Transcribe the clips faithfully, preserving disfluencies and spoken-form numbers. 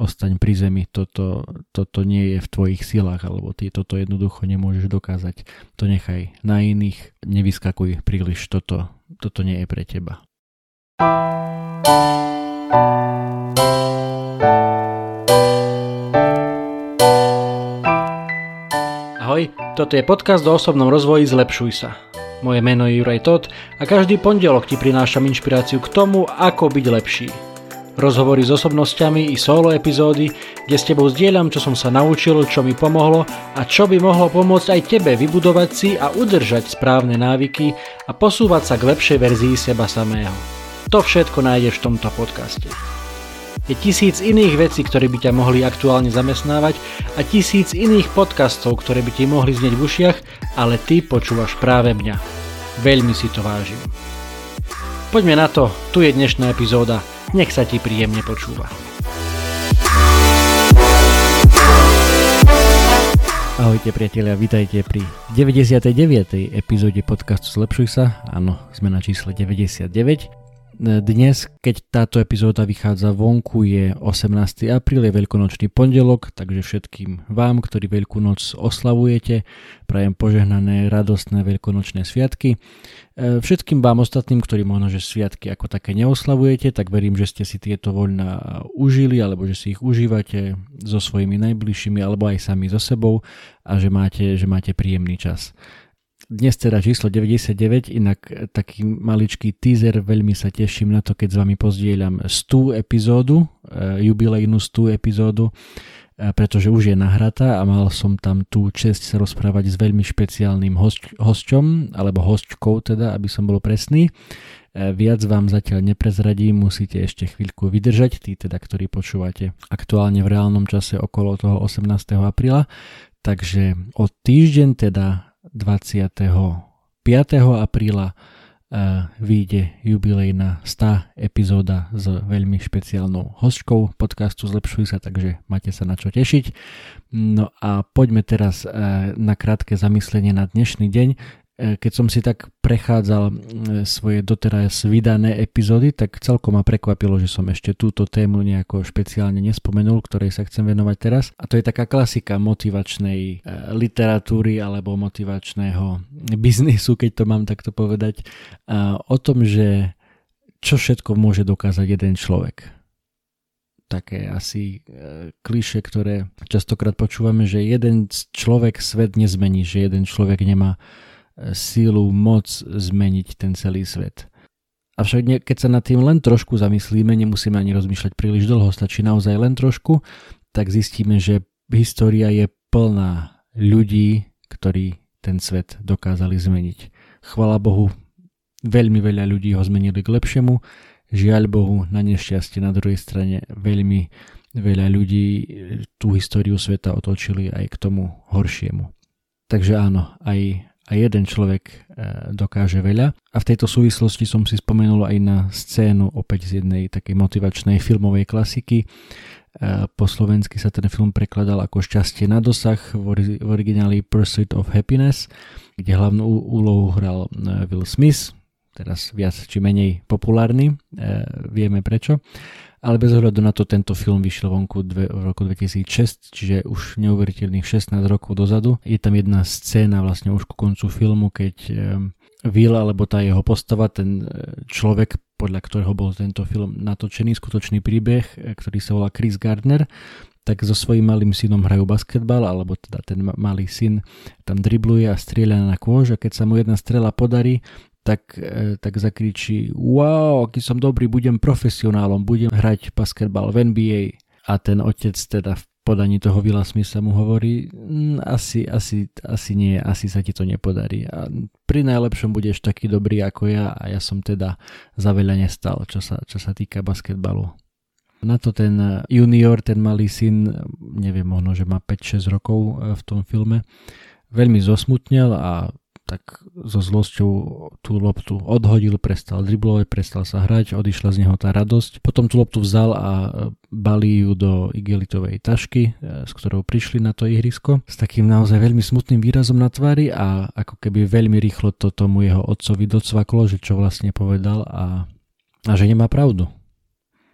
ostaň pri zemi, toto, toto nie je v tvojich silách, alebo ty toto jednoducho nemôžeš dokázať. To nechaj na iných, nevyskakuj príliš, toto, toto nie je pre teba. Ahoj, toto je podcast o osobnom rozvoji Zlepšuj sa. Moje meno je Juraj Todt a každý pondelok ti prinášam inšpiráciu k tomu, ako byť lepší. Rozhovory s osobnosťami i solo epizódy, kde s tebou zdieľam, čo som sa naučil, čo mi pomohlo a čo by mohlo pomôcť aj tebe vybudovať si a udržať správne návyky a posúvať sa k lepšej verzii seba samého. To všetko nájdeš v tomto podcaste. Je tisíc iných vecí, ktoré by ťa mohli aktuálne zamestnávať a tisíc iných podcastov, ktoré by ti mohli znieť v ušiach, ale ty počúvaš práve mňa. Veľmi si to vážim. Poďme na to, tu je dnešná epizóda. Nech sa ti príjemne počúva. Ahojte priatelia, vítajte pri deväťdesiatej deviatej epizóde podcastu Zlepšuj sa. Áno, sme na čísle deväťdesiatdeväť. Dnes, keď táto epizóda vychádza vonku, je osemnásteho apríla, je veľkonočný pondelok, takže všetkým vám, ktorí Veľkú noc oslavujete, prajem požehnané, radostné veľkonočné sviatky. Všetkým vám ostatným, ktorí možno, že sviatky ako také neoslavujete, tak verím, že ste si tieto voľná užili, alebo že si ich užívate so svojimi najbližšími, alebo aj sami so sebou a že máte, že máte príjemný čas. Dnes teda číslo deväťdesiatdeväť, inak taký maličký teaser, veľmi sa teším na to, keď s vami pozdieľam stú epizódu, jubilejnú stú epizódu, pretože už je nahratá a mal som tam tú česť sa rozprávať s veľmi špeciálnym host, hosťom, alebo hostkou teda, aby som bol presný. Viac vám zatiaľ neprezradím, musíte ešte chvíľku vydržať, tí teda, ktorí počúvate aktuálne v reálnom čase okolo toho osemnásteho apríla. Takže o týždeň teda dvadsiateho piateho apríla uh, vyjde jubilejná stá epizóda s veľmi špeciálnou hostkou podcastu Zlepšuj sa, takže máte sa na čo tešiť. No a poďme teraz uh, na krátke zamyslenie na dnešný deň. Keď som si tak prechádzal svoje doteraz vydané epizódy, tak celkom ma prekvapilo, že som ešte túto tému nejako špeciálne nespomenul, ktorej sa chcem venovať teraz. A to je taká klasika motivačnej literatúry alebo motivačného biznisu, keď to mám takto povedať, o tom, že čo všetko môže dokázať jeden človek. Také asi klišé, ktoré častokrát počúvame, že jeden človek svet nezmení, že jeden človek nemá sílu, moc zmeniť ten celý svet. Avšak keď sa nad tým len trošku zamyslíme, nemusíme ani rozmýšľať príliš dlho, stačí naozaj len trošku, tak zistíme, že história je plná ľudí, ktorí ten svet dokázali zmeniť. Chvala Bohu, veľmi veľa ľudí ho zmenili k lepšiemu, žiaľ Bohu, na nešťastie na druhej strane veľmi veľa ľudí tú históriu sveta otočili aj k tomu horšiemu. Takže áno, aj a jeden človek dokáže veľa. A v tejto súvislosti som si spomenul aj na scénu opäť z jednej takej motivačnej filmovej klasiky. Po slovensky sa ten film prekladal ako Šťastie na dosah, v origináli Pursuit of Happiness, kde hlavnú úlohu hral Will Smith, teraz viac či menej populárny, vieme prečo. Ale bez ohľadu na to tento film vyšiel vonku dve, v roku dvetisícšesť, čiže už neuveriteľných šestnásť rokov dozadu. Je tam jedna scéna vlastne už ku koncu filmu, keď Will alebo tá jeho postava, ten človek, podľa ktorého bol tento film natočený, skutočný príbeh, ktorý sa volá Chris Gardner, tak so svojím malým synom hrajú basketbal, alebo teda ten malý syn tam dribluje a strieľa na kôž a keď sa mu jedna strela podarí, tak, tak zakričí: wow, aký som dobrý, budem profesionálom, budem hrať basketbal v en bí ej. A ten otec teda v podaní toho Willa Smitha mu hovorí: asi, asi, asi nie, asi sa ti to nepodarí. A pri najlepšom budeš taký dobrý ako ja a ja som teda za veľa nestal, čo sa, čo sa týka basketbalu. Na to ten junior, ten malý syn, neviem, možno, že má päť šesť rokov v tom filme, veľmi zosmutnel a tak so zlosťou tú loptu odhodil, prestal driblovať, prestal sa hrať, odišla z neho tá radosť. Potom tú loptu vzal a balí ju do igelitovej tašky, s ktorou prišli na to ihrisko, s takým naozaj veľmi smutným výrazom na tvári a ako keby veľmi rýchlo to tomu jeho otcovi docvaklo, že čo vlastne povedal a, a že nemá pravdu.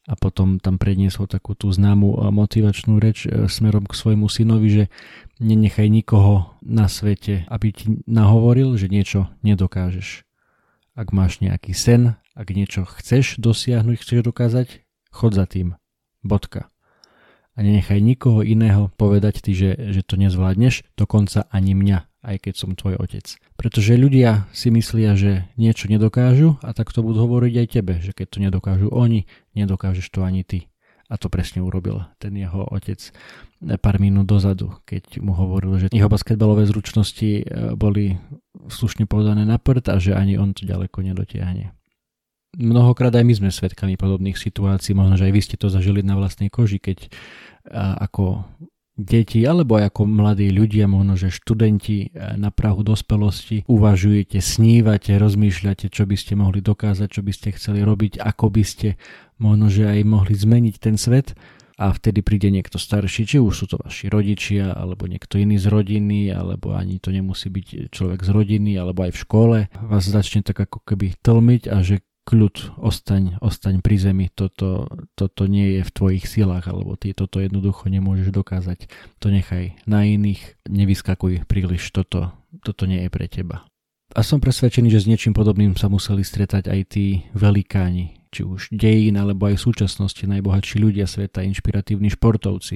a potom tam predniesol takú tú známu motivačnú reč smerom k svojmu synovi, že nenechaj nikoho na svete, aby ti nahovoril, že niečo nedokážeš. Ak máš nejaký sen, ak niečo chceš dosiahnuť, chceš dokázať, chod za tým. Bodka. A nenechaj nikoho iného povedať ti, že, že to nezvládneš, dokonca ani mňa, aj keď som tvoj otec. Pretože ľudia si myslia, že niečo nedokážu a tak to budú hovoriť aj tebe, že keď to nedokážu oni, nedokážeš to ani ty. A to presne urobil ten jeho otec pár minút dozadu, keď mu hovoril, že jeho basketbalové zručnosti boli slušne povedané na prd a že ani on to ďaleko nedotiahne. Mnohokrát aj my sme svedkami podobných situácií, možno, že aj vy ste to zažili na vlastnej koži, keď ako deti alebo aj ako mladí ľudia, možno že študenti na prahu dospelosti uvažujete, snívate, rozmýšľate, čo by ste mohli dokázať, čo by ste chceli robiť, ako by ste možno že aj mohli zmeniť ten svet a vtedy príde niekto starší, či už sú to vaši rodičia alebo niekto iný z rodiny, alebo ani to nemusí byť človek z rodiny alebo aj v škole, vás začne tak ako keby tlmiť a že kľud, ostaň, ostaň pri zemi, toto, toto nie je v tvojich silách, alebo ty toto jednoducho nemôžeš dokázať, to nechaj na iných, nevyskakuj príliš, toto, toto nie je pre teba. A som presvedčený, že s niečím podobným sa museli stretať aj tí velikáni, či už dejín, alebo aj v súčasnosti najbohatší ľudia sveta, inšpiratívni športovci,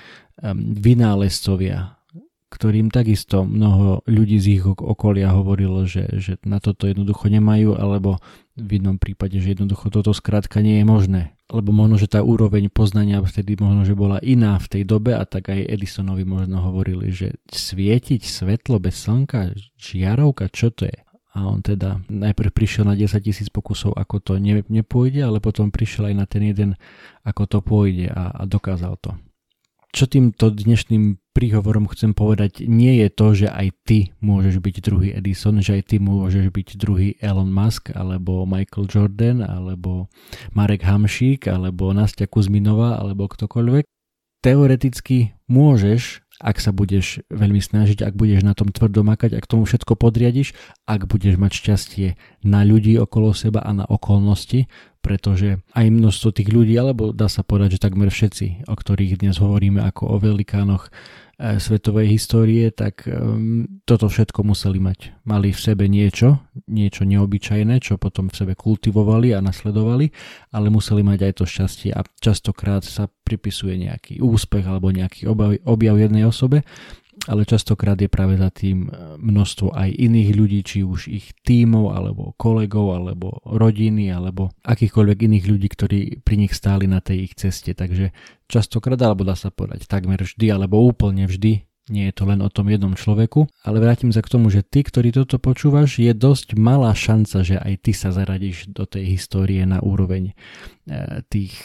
vynálezcovia, ktorým takisto mnoho ľudí z ich okolia hovorilo, že, že na toto jednoducho nemajú, alebo v jednom prípade, že jednoducho toto skrátka nie je možné. Lebo možno, že tá úroveň poznania vtedy možno, že bola iná v tej dobe a tak aj Edisonovi možno hovorili, že svietiť svetlo bez slnka, žiarovka, čo to je? A on teda najprv prišiel na desaťtisíc pokusov, ako to ne, nepôjde, ale potom prišiel aj na ten jeden, ako to pôjde a, a dokázal to. Čo týmto dnešným príhovorom chcem povedať, nie je to, že aj ty môžeš byť druhý Edison, že aj ty môžeš byť druhý Elon Musk, alebo Michael Jordan, alebo Marek Hamšík, alebo Nastia Kuzminová, alebo ktokoľvek. Teoreticky môžeš, ak sa budeš veľmi snažiť, ak budeš na tom tvrdo makať, ak tomu všetko podriadiš, ak budeš mať šťastie na ľudí okolo seba a na okolnosti, pretože aj množstvo tých ľudí, alebo dá sa povedať, že takmer všetci, o ktorých dnes hovoríme ako o velikánoch e, svetovej histórie, tak e, toto všetko museli mať. Mali v sebe niečo, niečo neobyčajné, čo potom v sebe kultivovali a nasledovali, ale museli mať aj to šťastie a častokrát sa pripisuje nejaký úspech alebo nejaký objav, objav jednej osobe, ale častokrát je práve za tým množstvo aj iných ľudí, či už ich tímov, alebo kolegov, alebo rodiny, alebo akýchkoľvek iných ľudí, ktorí pri nich stáli na tej ich ceste. Takže častokrát, alebo dá sa povedať takmer vždy, alebo úplne vždy, nie je to len o tom jednom človeku. Ale vrátim sa k tomu, že ty, ktorý toto počúvaš, je dosť malá šanca, že aj ty sa zaradíš do tej histórie na úroveň tých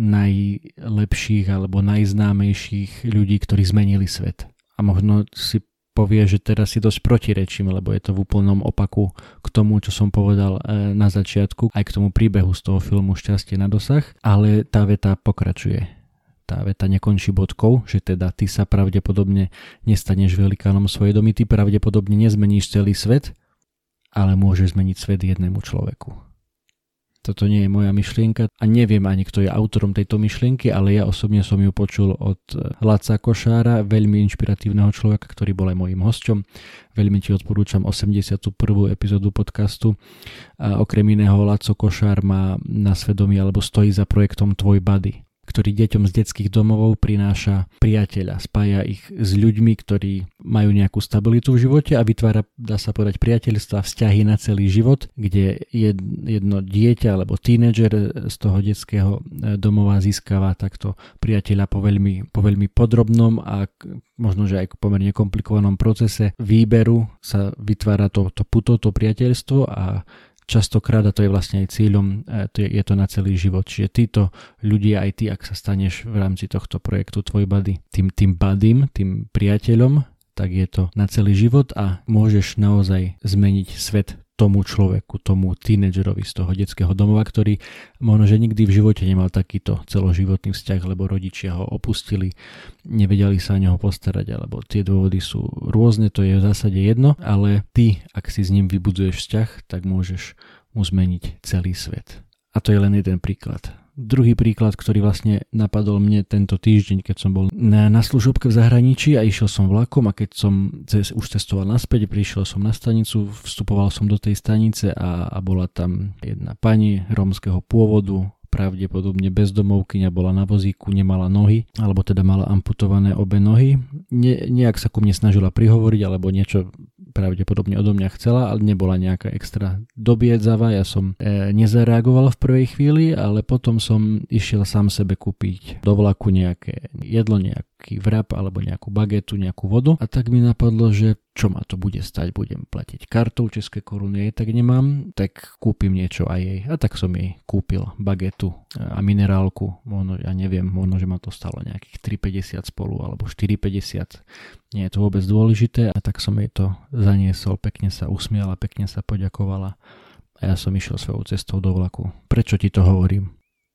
najlepších alebo najznámejších ľudí, ktorí zmenili svet. A možno si povie, že teraz si dosť protirečím, lebo je to v úplnom opaku k tomu, čo som povedal na začiatku, aj k tomu príbehu z toho filmu Šťastie na dosah, ale tá veta pokračuje. Tá veta nekončí bodkou, že teda ty sa pravdepodobne nestaneš velikánom svojej domy, ty pravdepodobne nezmeníš celý svet, ale môžeš zmeniť svet jednému človeku. Toto nie je moja myšlienka a neviem ani, kto je autorom tejto myšlienky, ale ja osobne som ju počul od Laca Košára, veľmi inšpiratívneho človeka, ktorý bol aj mojím hosťom. Veľmi ti odporúčam osemdesiatu prvú epizódu podcastu. A okrem iného Laco Košár má na svedomí alebo stojí za projektom Tvoj Buddy, ktorý deťom z detských domovov prináša priateľa, spája ich s ľuďmi, ktorí majú nejakú stabilitu v živote a vytvára, dá sa povedať, priateľstva, vzťahy na celý život, kde jedno dieťa alebo tínedžer z toho detského domova získava takto priateľa po veľmi, po veľmi podrobnom a možno, že aj pomerne komplikovanom procese výberu sa vytvára to, to puto, to priateľstvo a častokrát, a to je vlastne aj cieľom, to je, je to na celý život. Čiže títo ľudia, aj ty, ak sa staneš v rámci tohto projektu Tvoj Buddy, tým, tým buddym, tým priateľom, tak je to na celý život a môžeš naozaj zmeniť svet tomu človeku, tomu tínedžerovi z toho detského domova, ktorý možno, že nikdy v živote nemal takýto celoživotný vzťah, lebo rodičia ho opustili, nevedeli sa o neho postarať, alebo tie dôvody sú rôzne, to je v zásade jedno, ale ty, ak si s ním vybuduješ vzťah, tak môžeš mu zmeniť celý svet. A to je len jeden príklad. Druhý príklad, ktorý vlastne napadol mne tento týždeň, keď som bol na, na služobke v zahraničí a išiel som vlakom a keď som cez, už cestoval naspäť, prišiel som na stanicu, vstupoval som do tej stanice a, a bola tam jedna pani rómskeho pôvodu, pravdepodobne bezdomovkyňa, bola na vozíku, nemala nohy, alebo teda mala amputované obe nohy. Ne, nejak sa ku mne snažila prihovoriť, alebo niečo pravdepodobne odo mňa chcela, ale nebola nejaká extra dobiedzavá. Ja som e, nezareagoval v prvej chvíli, ale potom som išiel sám sebe kúpiť do vlaku nejaké jedlo, nejaký vrab, alebo nejakú bagetu, nejakú vodu. A tak mi napadlo, že čo ma to bude stať, budem platiť kartou, české koruny jej tak nemám, tak kúpim niečo aj jej. A tak som jej kúpil bagetu a minerálku, možno, ja neviem, možno, že ma to stalo nejakých tri päťdesiat spolu, alebo štyri päťdesiat. Nie je to vôbec dôležité a tak som jej to zaniesol, pekne sa usmiala, pekne sa poďakovala a ja som išiel svojou cestou do vlaku. Prečo ti to hovorím?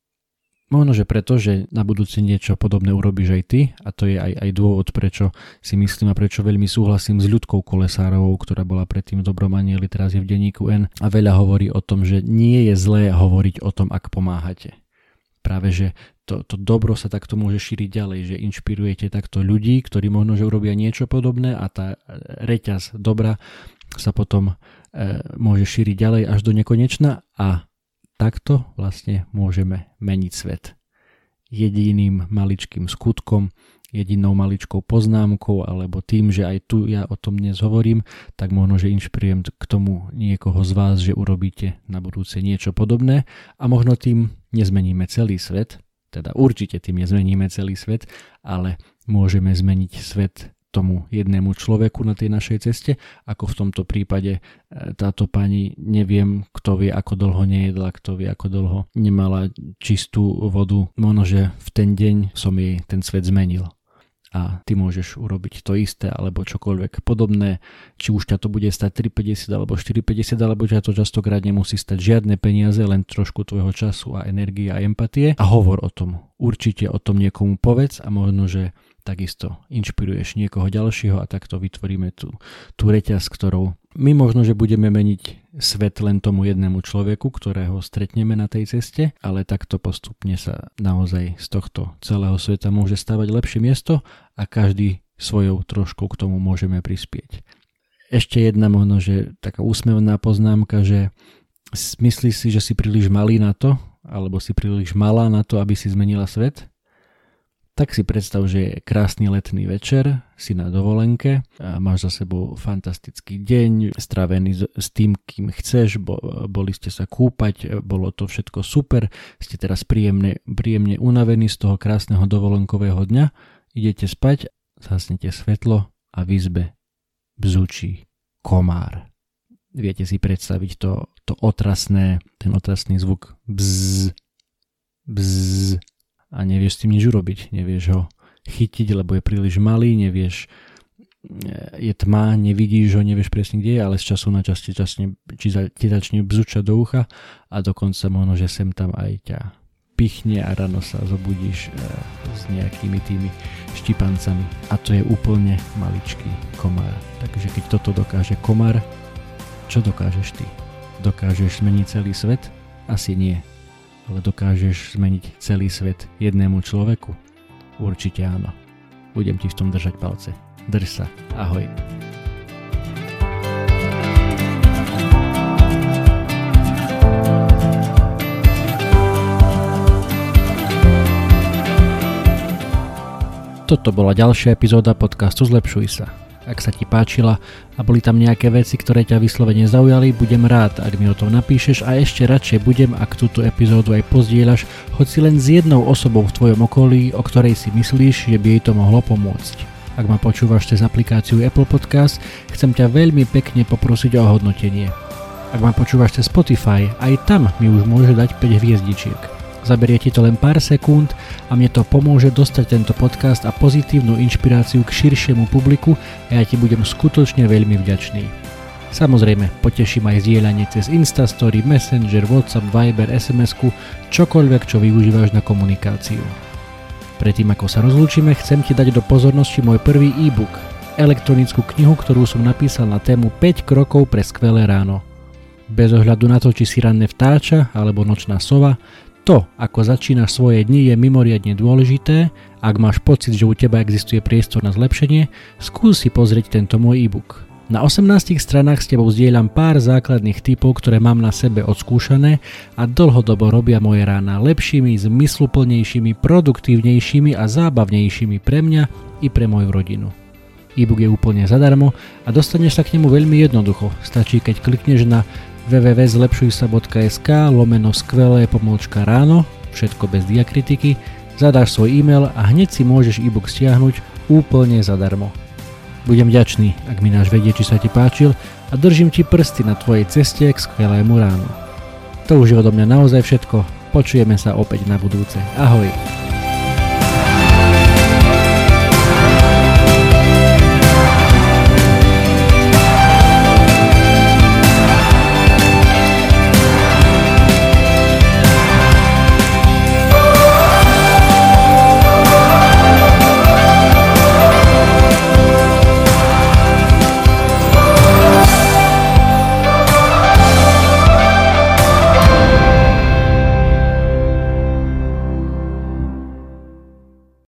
Možno, že preto, že na budúci niečo podobné urobíš aj ty a to je aj, aj dôvod, prečo si myslím a prečo veľmi súhlasím s Ľudkou Kolesárovou, ktorá bola predtým v Dobrom anjeli, teraz je v denníku N a veľa hovorí o tom, že nie je zlé hovoriť o tom, ak pomáhate. Práve, že to, to dobro sa takto môže šíriť ďalej, že inšpirujete takto ľudí, ktorí možno, že urobia niečo podobné a tá reťaz dobra sa potom e, môže šíriť ďalej až do nekonečna a takto vlastne môžeme meniť svet. Jediným maličkým skutkom, jedinou maličkou poznámkou alebo tým, že aj tu ja o tom dnes hovorím, tak možno, že inšpirujem k tomu niekoho z vás, že urobíte na budúce niečo podobné a možno tým nezmeníme celý svet, teda určite tým nezmeníme celý svet, ale môžeme zmeniť svet tomu jednému človeku na tej našej ceste, ako v tomto prípade táto pani, neviem, kto vie, ako dlho nejedla, kto vie, ako dlho nemala čistú vodu. Možno, že v ten deň som jej ten svet zmenil. A ty môžeš urobiť to isté, alebo čokoľvek podobné, či už ťa to bude stať tri päťdesiat alebo štyri päťdesiat, alebo ťa to častokrát nemusí stať žiadne peniaze, len trošku tvojho času a energie a empatie. A hovor o tom. Určite o tom niekomu povedz a možno, že takisto inšpiruješ niekoho ďalšieho a takto vytvoríme tú, tú reťaz, ktorou my možno, že budeme meniť svet len tomu jednému človeku, ktorého stretneme na tej ceste, ale takto postupne sa naozaj z tohto celého sveta môže stavať lepšie miesto a každý svojou troškou k tomu môžeme prispieť. Ešte jedna možno, že taká úsmevná poznámka, že myslíš si, že si príliš malý na to, alebo si príliš malá na to, aby si zmenila svet? Tak si predstav, že je krásny letný večer, si na dovolenke, a máš za sebou fantastický deň, strávený s tým, kým chceš, bo, boli ste sa kúpať, bolo to všetko super, ste teraz príjemne, príjemne unavení z toho krásneho dovolenkového dňa, idete spať, zhasnete svetlo a v izbe bzučí komár. Viete si predstaviť to, to otrasné, ten otrasný zvuk bzz, bzz, a nevieš s tým nič urobiť, nevieš ho chytiť, lebo je príliš malý, nevieš, je tma, nevidíš ho, nevieš presne kde je, ale z času na čas ti začne, ti začne bzučať do ucha a dokonca možno, že sem tam aj ťa pichne a ráno sa zobudíš s nejakými tými štipancami a to je úplne maličký komár. Takže keď toto dokáže komár, čo dokážeš ty? Dokážeš zmeniť celý svet? Asi nie. Ale dokážeš zmeniť celý svet jednému človeku? Určite áno. Budem ti v tom držať palce. Drž sa. Ahoj. Toto bola ďalšia epizóda podcastu Zlepšuj sa. Ak sa ti páčila a boli tam nejaké veci, ktoré ťa vyslovene zaujali, budem rád, ak mi o tom napíšeš a ešte radšej budem, ak túto epizódu aj pozdieľaš, hoci len s jednou osobou v tvojom okolí, o ktorej si myslíš, že by jej to mohlo pomôcť. Ak ma počúvaš cez aplikáciu Apple Podcast, chcem ťa veľmi pekne poprosiť o hodnotenie. Ak ma počúvaš cez Spotify, aj tam mi už môže dať päť hviezdičiek. Zaberie ti to len pár sekúnd a mne to pomôže dostať tento podcast a pozitívnu inšpiráciu k širšiemu publiku a ja ti budem skutočne veľmi vďačný. Samozrejme, poteším aj zdieľanie cez Instastory, Messenger, WhatsApp, Viber, es em esku, čokoľvek, čo využívaš na komunikáciu. Predtým ako sa rozlúčime, chcem ti dať do pozornosti môj prvý e-book, elektronickú knihu, ktorú som napísal na tému päť krokov pre skvelé ráno. Bez ohľadu na to, či si ranné vtáča alebo nočná sova, To, ako začínaš svoje dni, je mimoriadne dôležité. Ak máš pocit, že u teba existuje priestor na zlepšenie, skús si pozrieť tento môj e-book. Na osemnástich stranách s tebou zdieľam pár základných tipov, ktoré mám na sebe odskúšané a dlhodobo robia moje rána lepšími, zmysluplnejšími, produktívnejšími a zábavnejšími pre mňa i pre moju rodinu. E-book je úplne zadarmo a dostaneš sa k nemu veľmi jednoducho. Stačí, keď klikneš na w w w bodka zlepšujsa bodka es ka lomeno skvelé pomôčka ráno, všetko bez diakritiky, zadáš svoj e-mail a hneď si môžeš e-book stiahnuť úplne zadarmo. Budem vďačný, ak mi dáš vedieť, či sa ti páčil a držím ti prsty na tvojej ceste k skvelému ránu. To už je odo mňa naozaj všetko, počujeme sa opäť na budúce. Ahoj!